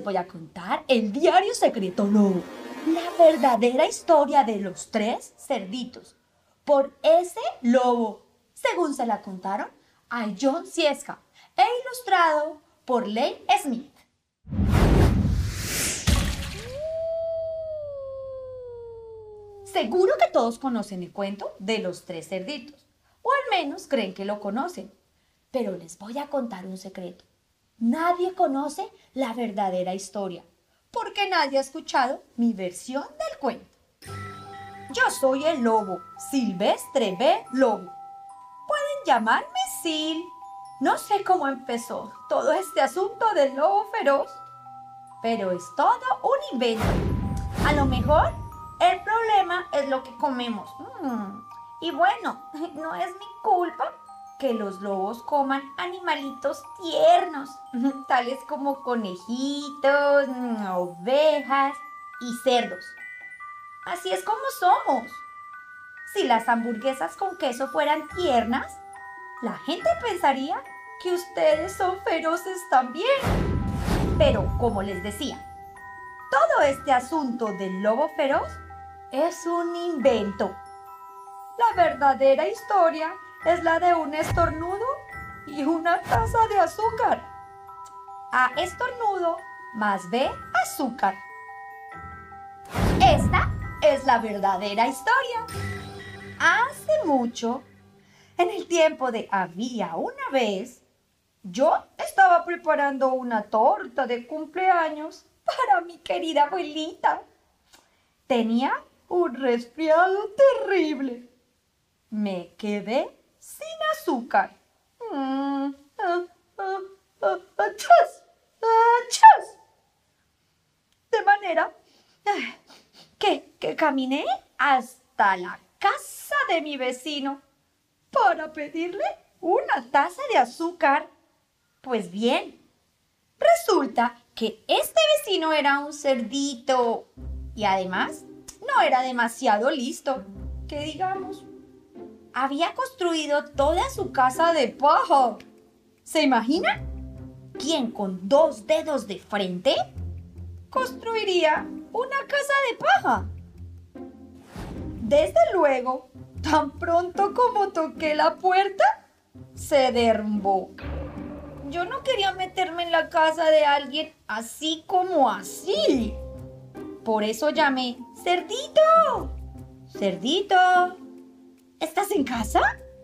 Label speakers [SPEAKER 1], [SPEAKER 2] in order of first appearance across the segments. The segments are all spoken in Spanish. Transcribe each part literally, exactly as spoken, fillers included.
[SPEAKER 1] voy a contar el diario secreto lobo, la verdadera historia de los tres cerditos, por ese lobo, según se la contaron a John Sciesca, e ilustrado por Lane Smith. Seguro que todos conocen el cuento de los tres cerditos, o al menos creen que lo conocen, pero les voy a contar un secreto. Nadie conoce la verdadera historia, porque nadie ha escuchado mi versión del cuento. Yo soy el lobo, Silvestre B. Lobo. Pueden llamarme Sil. No sé cómo empezó todo este asunto del lobo feroz, pero es todo un invento. A lo mejor el problema es lo que comemos. Mm. Y bueno, no es mi culpa que los lobos coman animalitos tiernos, tales como conejitos, ovejas y cerdos. Así es como somos. Si las hamburguesas con queso fueran tiernas, la gente pensaría que ustedes son feroces también. Pero, como les decía, todo este asunto del lobo feroz es un invento. La verdadera historia es la de un estornudo y una taza de azúcar. A estornudo más B azúcar. Esta es la verdadera historia. Hace mucho, en el tiempo de había una vez, yo estaba preparando una torta de cumpleaños para mi querida abuelita. Tenía un resfriado terrible. Me quedé sin azúcar. Mm, ah, ah, ah, achas, achas. De manera que, que caminé hasta la casa de mi vecino para pedirle una taza de azúcar. Pues bien, resulta que este vecino era un cerdito y además no era demasiado listo, que digamos. Había construido toda su casa de paja. ¿Se imaginan? ¿Quién con dos dedos de frente construiría una casa de paja? Desde luego, tan pronto como toqué la puerta, se derrumbó. Yo no quería meterme en la casa de alguien así como así. Por eso llamé, ¡Cerdito! ¡Cerdito! ¿Estás en casa?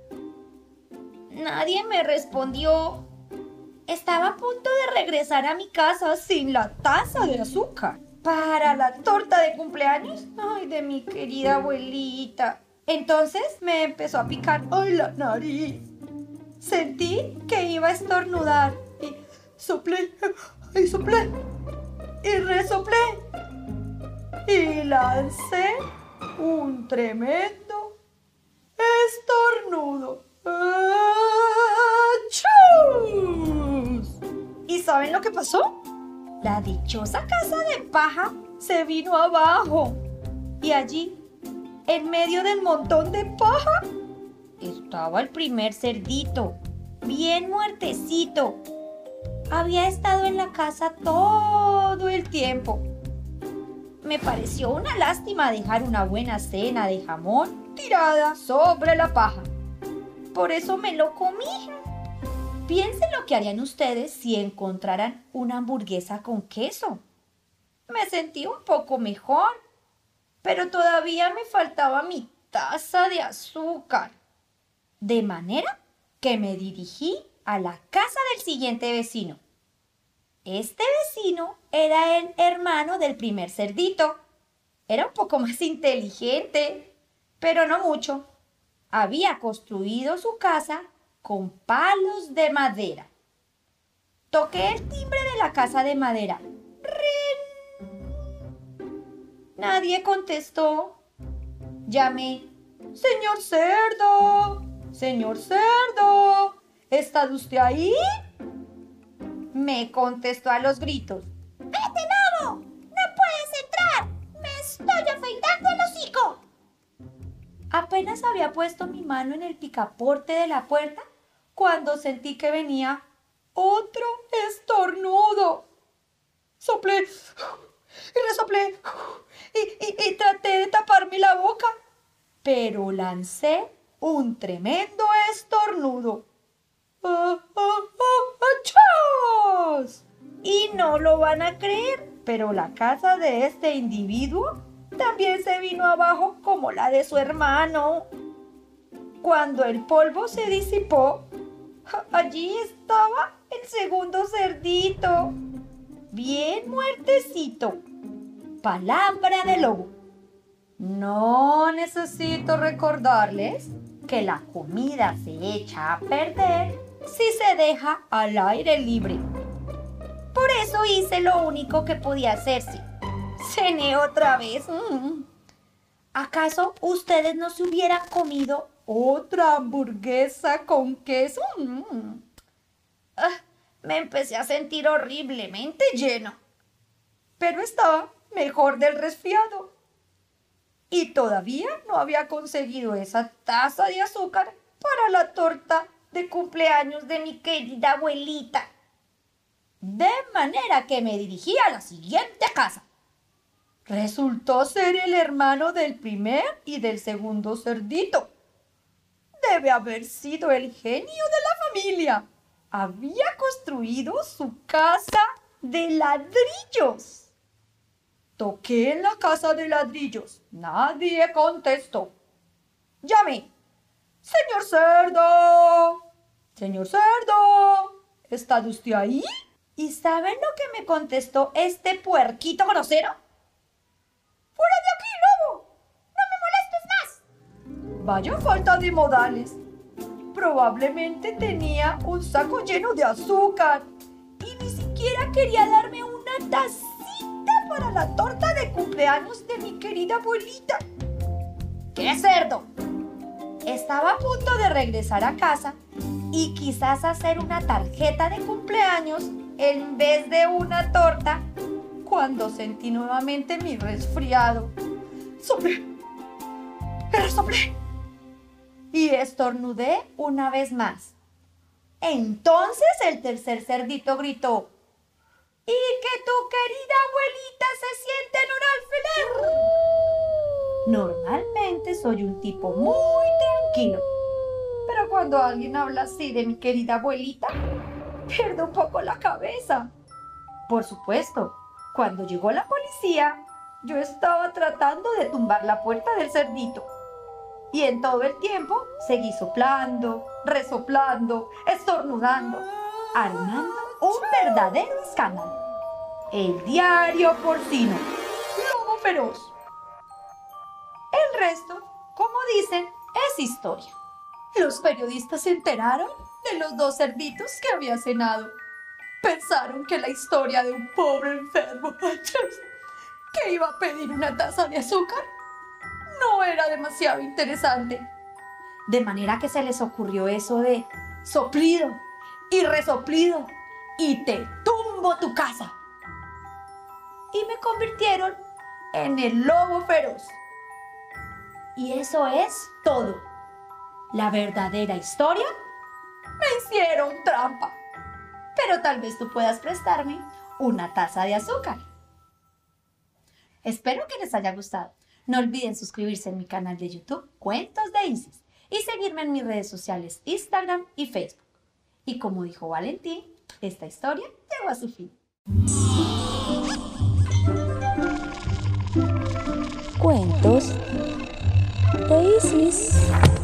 [SPEAKER 1] Nadie me respondió. Estaba a punto de regresar a mi casa sin la taza de azúcar para la torta de cumpleaños, ay, de mi querida abuelita. Entonces me empezó a picar, ay, la nariz. Sentí que iba a estornudar y soplé, y soplé, y resoplé. Y lancé un tremendo estornudo. ¡Achús! ¿Y saben lo que pasó? La dichosa casa de paja se vino abajo. Y allí, en medio del montón de paja, estaba el primer cerdito, bien muertecito. Había estado en la casa todo el tiempo. Me pareció una lástima dejar una buena cena de jamón tirada sobre la paja. Por eso me lo comí. Piensen lo que harían ustedes si encontraran una hamburguesa con queso. Me sentí un poco mejor, pero todavía me faltaba mi taza de azúcar. De manera que me dirigí a la casa del siguiente vecino. Este vecino era el hermano del primer cerdito. Era un poco más inteligente, pero no mucho. Había construido su casa con palos de madera. Toqué el timbre de la casa de madera. ¡Rin! Nadie contestó. Llamé. ¡Señor cerdo! ¡Señor cerdo! ¿Está usted ahí? Me contestó a los gritos. ¡Vete, lobo! ¡No puedes entrar! ¡Me estoy afeitando el hocico! Apenas había puesto mi mano en el picaporte de la puerta cuando sentí que venía otro estornudo. soplé y resoplé y, y, y traté de taparme la boca, pero lancé un tremendo estornudo. ¡Ah, ah, ah, achos! Y no lo van a creer, pero la casa de este individuo también se vino abajo como la de su hermano. Cuando el polvo se disipó, allí estaba el segundo cerdito, bien muertecito. Palabra de lobo. No necesito recordarles que la comida se echa a perder si se deja al aire libre. Por eso hice lo único que podía hacerse. Cené otra vez. Mm. ¿Acaso ustedes no se hubieran comido otra hamburguesa con queso? Mm. Ah, me empecé a sentir horriblemente lleno. Pero estaba mejor del resfriado. Y todavía no había conseguido esa taza de azúcar para la torta de cumpleaños de mi querida abuelita. De manera que me dirigí a la siguiente casa. Resultó ser el hermano del primer y del segundo cerdito. Debe haber sido el genio de la familia. Había construido su casa de ladrillos. Toqué en la casa de ladrillos. Nadie contestó. Llamé. ¡Señor cerdo! ¡Señor cerdo! ¿Está usted ahí? ¿Y saben lo que me contestó este puerquito grosero? ¡Fuera de aquí, lobo! ¡No me molestes más! Vaya falta de modales. Probablemente tenía un saco lleno de azúcar y ni siquiera quería darme una tacita para la torta de cumpleaños de mi querida abuelita. ¡Qué cerdo! Estaba a punto de regresar a casa y quizás hacer una tarjeta de cumpleaños en vez de una torta cuando sentí nuevamente mi resfriado. ¡Soplé! ¡Resoplé! Y estornudé una vez más. Entonces el tercer cerdito gritó: ¡y que tu querida abuelita se siente en un alfiler! Normalmente soy un tipo muy tranquilo, pero cuando alguien habla así de mi querida abuelita, pierdo un poco la cabeza. Por supuesto, cuando llegó la policía, yo estaba tratando de tumbar la puerta del cerdito. Y en todo el tiempo seguí soplando, resoplando, estornudando, armando un verdadero escándalo. El diario porcino, lobo feroz. El resto, como dicen, es historia. Los periodistas se enteraron de los dos cerditos que había cenado. Pensaron que la historia de un pobre enfermo que iba a pedir una taza de azúcar no era demasiado interesante. De manera que se les ocurrió eso de soplido y resoplido y te tumbo tu casa. Y me convirtieron en el lobo feroz. Y eso es todo. La verdadera historia: me hicieron trampa. Pero tal vez tú puedas prestarme una taza de azúcar. Espero que les haya gustado. No olviden suscribirse en mi canal de YouTube Cuentos de Isis y seguirme en mis redes sociales Instagram y Facebook. Y como dijo Valentín, esta historia llegó a su fin.
[SPEAKER 2] Cuentos de Isis.